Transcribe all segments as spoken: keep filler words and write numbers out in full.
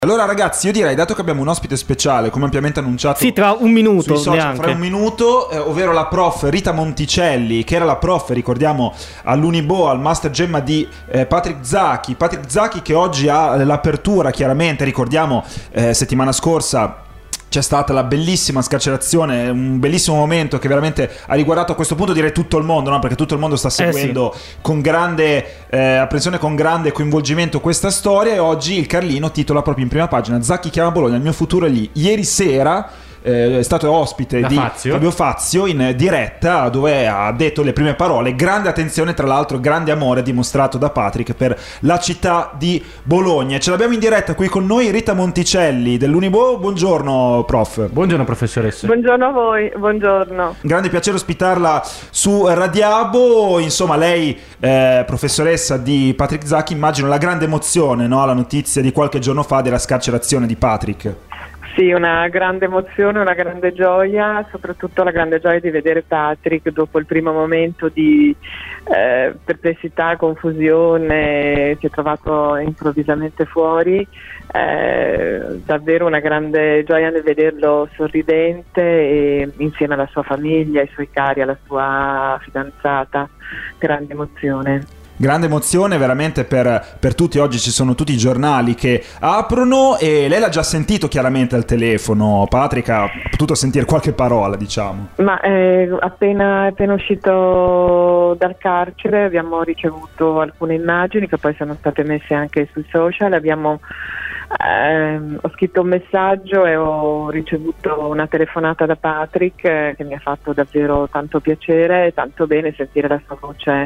Allora ragazzi, io direi, dato che abbiamo un ospite speciale, come ampiamente annunciato, sì, tra un minuto social, neanche. fra un minuto, eh, ovvero la prof Rita Monticelli, che era la prof, ricordiamo, all'Unibo, al Master Gemma di eh, Patrick Zaki. Patrick Zaki che oggi ha l'apertura, chiaramente, ricordiamo, eh, settimana scorsa c'è stata la bellissima scarcerazione, un bellissimo momento che veramente ha riguardato a questo punto direi tutto il mondo, no? Perché tutto il mondo sta seguendo eh sì. con grande eh, apprensione, con grande coinvolgimento questa storia, e oggi il Carlino titola proprio in prima pagina: Zaki chiama Bologna, il mio futuro è lì. Ieri sera eh, è stato ospite da di Fazio. Fabio Fazio in diretta, dove ha detto le prime parole. Grande attenzione, tra l'altro, grande amore dimostrato da Patrick per la città di Bologna. Ce l'abbiamo in diretta qui con noi Rita Monticelli dell'Unibo. Buongiorno prof. Buongiorno professoressa. Buongiorno a voi, buongiorno. Grande piacere ospitarla su Radiabo. Insomma, lei eh, professoressa di Patrick Zaki, immagino la grande emozione, no? La notizia di qualche giorno fa della scarcerazione di Patrick. Sì, una grande emozione, una grande gioia, soprattutto la grande gioia di vedere Patrick dopo il primo momento di eh, perplessità, confusione, si è trovato improvvisamente fuori. Eh, davvero una grande gioia nel vederlo sorridente e insieme alla sua famiglia, ai suoi cari, alla sua fidanzata. Grande emozione. Grande emozione veramente per, per tutti. Oggi ci sono tutti i giornali che aprono, e lei l'ha già sentito chiaramente al telefono. Patrick ha potuto sentire qualche parola, diciamo. Ma eh, appena, appena uscito dal carcere abbiamo ricevuto alcune immagini che poi sono state messe anche sui social. Abbiamo Eh, ho scritto un messaggio e ho ricevuto una telefonata da Patrick eh, che mi ha fatto davvero tanto piacere, tanto bene sentire la sua voce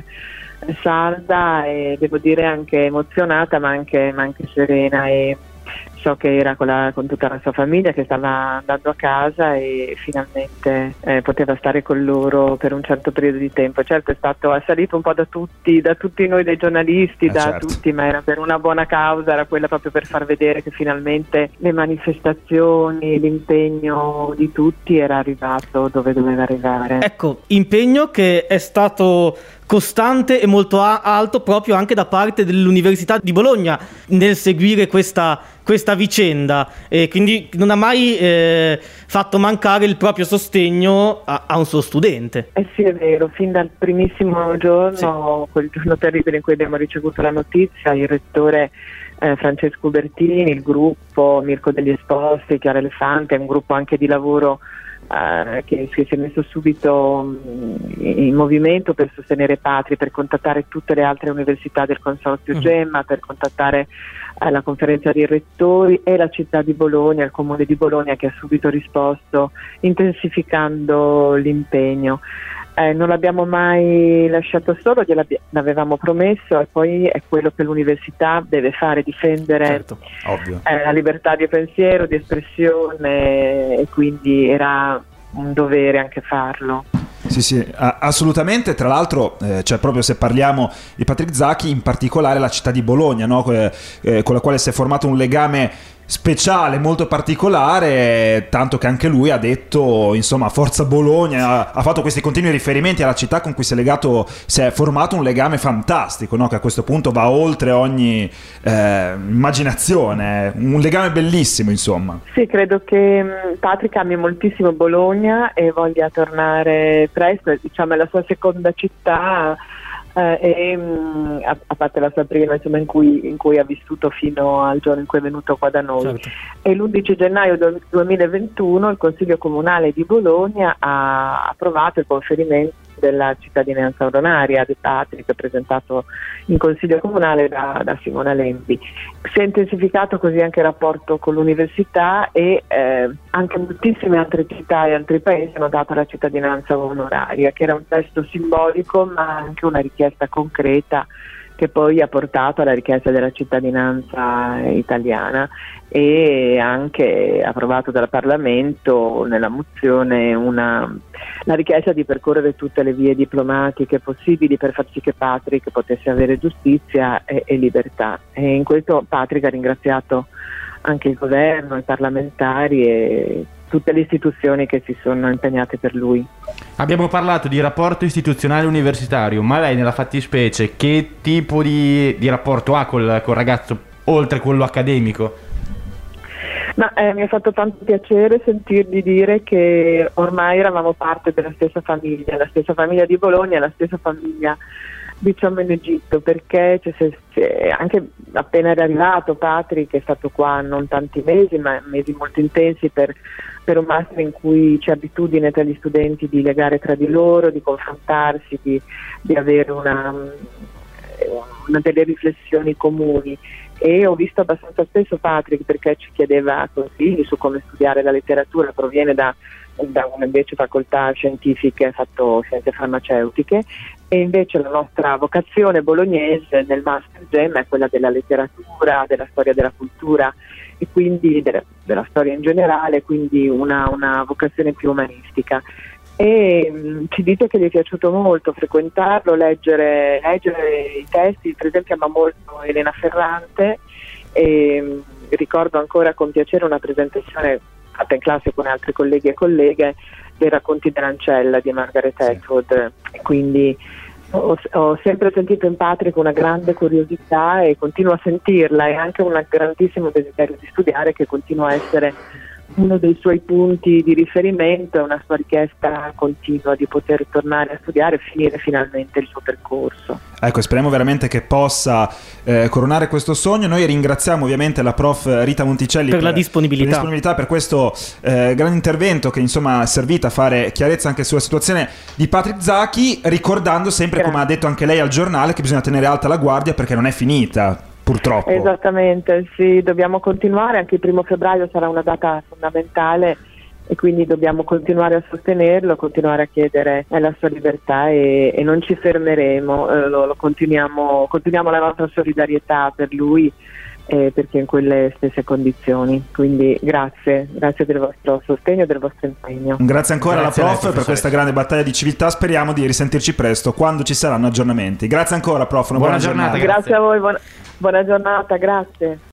salda e devo dire anche emozionata, ma anche, ma anche serena, e so che era con, la, con tutta la sua famiglia che stava andando a casa e finalmente eh, poteva stare con loro per un certo periodo di tempo. Certo è stato assalito un po' da tutti, da tutti noi dei giornalisti, eh da certo. tutti, ma era per una buona causa, era quella proprio per far vedere che finalmente le manifestazioni, l'impegno di tutti era arrivato dove doveva arrivare. Ecco, impegno che è stato costante e molto a- alto proprio anche da parte dell'Università di Bologna nel seguire questa, questa vicenda, e quindi non ha mai eh, fatto mancare il proprio sostegno a, a un suo studente. Eh sì, è vero, fin dal primissimo giorno, sì. Quel giorno terribile in cui abbiamo ricevuto la notizia, il rettore eh, Francesco Bertini, il gruppo Mirko degli Esposti, Chiara Elefante, un gruppo anche di lavoro Uh, che, che si è messo subito um, in movimento per sostenere Patri, per contattare tutte le altre università del consorzio mm. Gemma, per contattare uh, la conferenza dei rettori e la città di Bologna, il comune di Bologna, che ha subito risposto intensificando l'impegno. Eh, non l'abbiamo mai lasciato solo, gliel'avevamo promesso, e poi è quello che l'università deve fare, difendere certo, ovvio. Eh, la libertà di pensiero, di espressione, e quindi era un dovere anche farlo. Sì, sì, assolutamente. Tra l'altro, eh, cioè proprio se parliamo di Patrick Zaki, in particolare la città di Bologna, no? eh, con la quale si è formato un legame speciale, molto particolare, tanto che anche lui ha detto, insomma, Forza Bologna, ha, ha fatto questi continui riferimenti alla città con cui si è legato, si è formato un legame fantastico, no? Che a questo punto va oltre ogni eh, immaginazione, un legame bellissimo, insomma. Sì, credo che Patrick ami moltissimo Bologna e voglia tornare presto, diciamo è la sua seconda città. Uh, e, um, a, a parte la sua prima, insomma, in cui, in cui ha vissuto fino al giorno in cui è venuto qua da noi. Certo. E l'undici gennaio duemilaventuno il Consiglio Comunale di Bologna ha approvato il conferimento della cittadinanza onoraria di Patrick, presentato in Consiglio Comunale da, da Simona Lembi. Si è intensificato così anche il rapporto con l'università, e eh, anche moltissime altre città e altri paesi hanno dato la cittadinanza onoraria, che era un testo simbolico ma anche una richiesta concreta, che poi ha portato alla richiesta della cittadinanza italiana, e anche approvato dal Parlamento nella mozione una, la richiesta di percorrere tutte le vie diplomatiche possibili per far sì che Patrick potesse avere giustizia e, e libertà. E in questo Patrick ha ringraziato anche il governo, i parlamentari e tutte le istituzioni che si sono impegnate per lui. Abbiamo parlato di rapporto istituzionale universitario, ma lei nella fattispecie che tipo di, di rapporto ha col, col ragazzo oltre quello accademico? Ma eh, mi ha fatto tanto piacere sentirgli dire che ormai eravamo parte della stessa famiglia, la stessa famiglia di Bologna, la stessa famiglia, diciamo, in Egitto, perché c'è, c'è, c'è, anche appena era arrivato Patrick, è stato qua non tanti mesi, ma mesi molto intensi per, per un master in cui c'è abitudine tra gli studenti di legare tra di loro, di confrontarsi, di, di avere una, una delle riflessioni comuni. E ho visto abbastanza spesso Patrick perché ci chiedeva consigli su come studiare la letteratura, proviene da, da una invece facoltà scientifiche, ha fatto scienze farmaceutiche, e invece la nostra vocazione bolognese nel Master Gem è quella della letteratura, della storia della cultura e quindi della, della storia in generale, quindi una, una vocazione più umanistica. E mh, ci dice che gli è piaciuto molto frequentarlo, leggere, leggere i testi, per esempio ama molto Elena Ferrante e mh, ricordo ancora con piacere una presentazione fatta in classe con altri colleghi e colleghe dei racconti dell'Ancella di Margaret Atwood, e quindi ho, ho sempre sentito in Patrick una grande curiosità e continuo a sentirla, e anche un grandissimo desiderio di studiare che continua a essere uno dei suoi punti di riferimento, è una sua richiesta continua di poter tornare a studiare e finire finalmente il suo percorso. Ecco, speriamo veramente che possa eh, coronare questo sogno. Noi ringraziamo ovviamente la prof Rita Monticelli per, per la disponibilità. per, disponibilità, per questo eh, grande intervento che insomma è servito a fare chiarezza anche sulla situazione di Patrick Zaki, ricordando sempre, Grazie. come ha detto anche lei al giornale, che bisogna tenere alta la guardia perché non è finita. Purtroppo. Esattamente, sì, dobbiamo continuare, anche il primo febbraio sarà una data fondamentale e quindi dobbiamo continuare a sostenerlo, continuare a chiedere la sua libertà e, e non ci fermeremo, eh, lo, lo continuiamo, continuiamo la nostra solidarietà per lui eh, perché in quelle stesse condizioni, quindi grazie, grazie del vostro sostegno e del vostro impegno. Grazie ancora Grazie alla a lei, prof per questa grande battaglia di civiltà, speriamo di risentirci presto quando ci saranno aggiornamenti. Grazie ancora prof, una buona, Buona giornata. giornata. Grazie a voi, buona, buona giornata, grazie.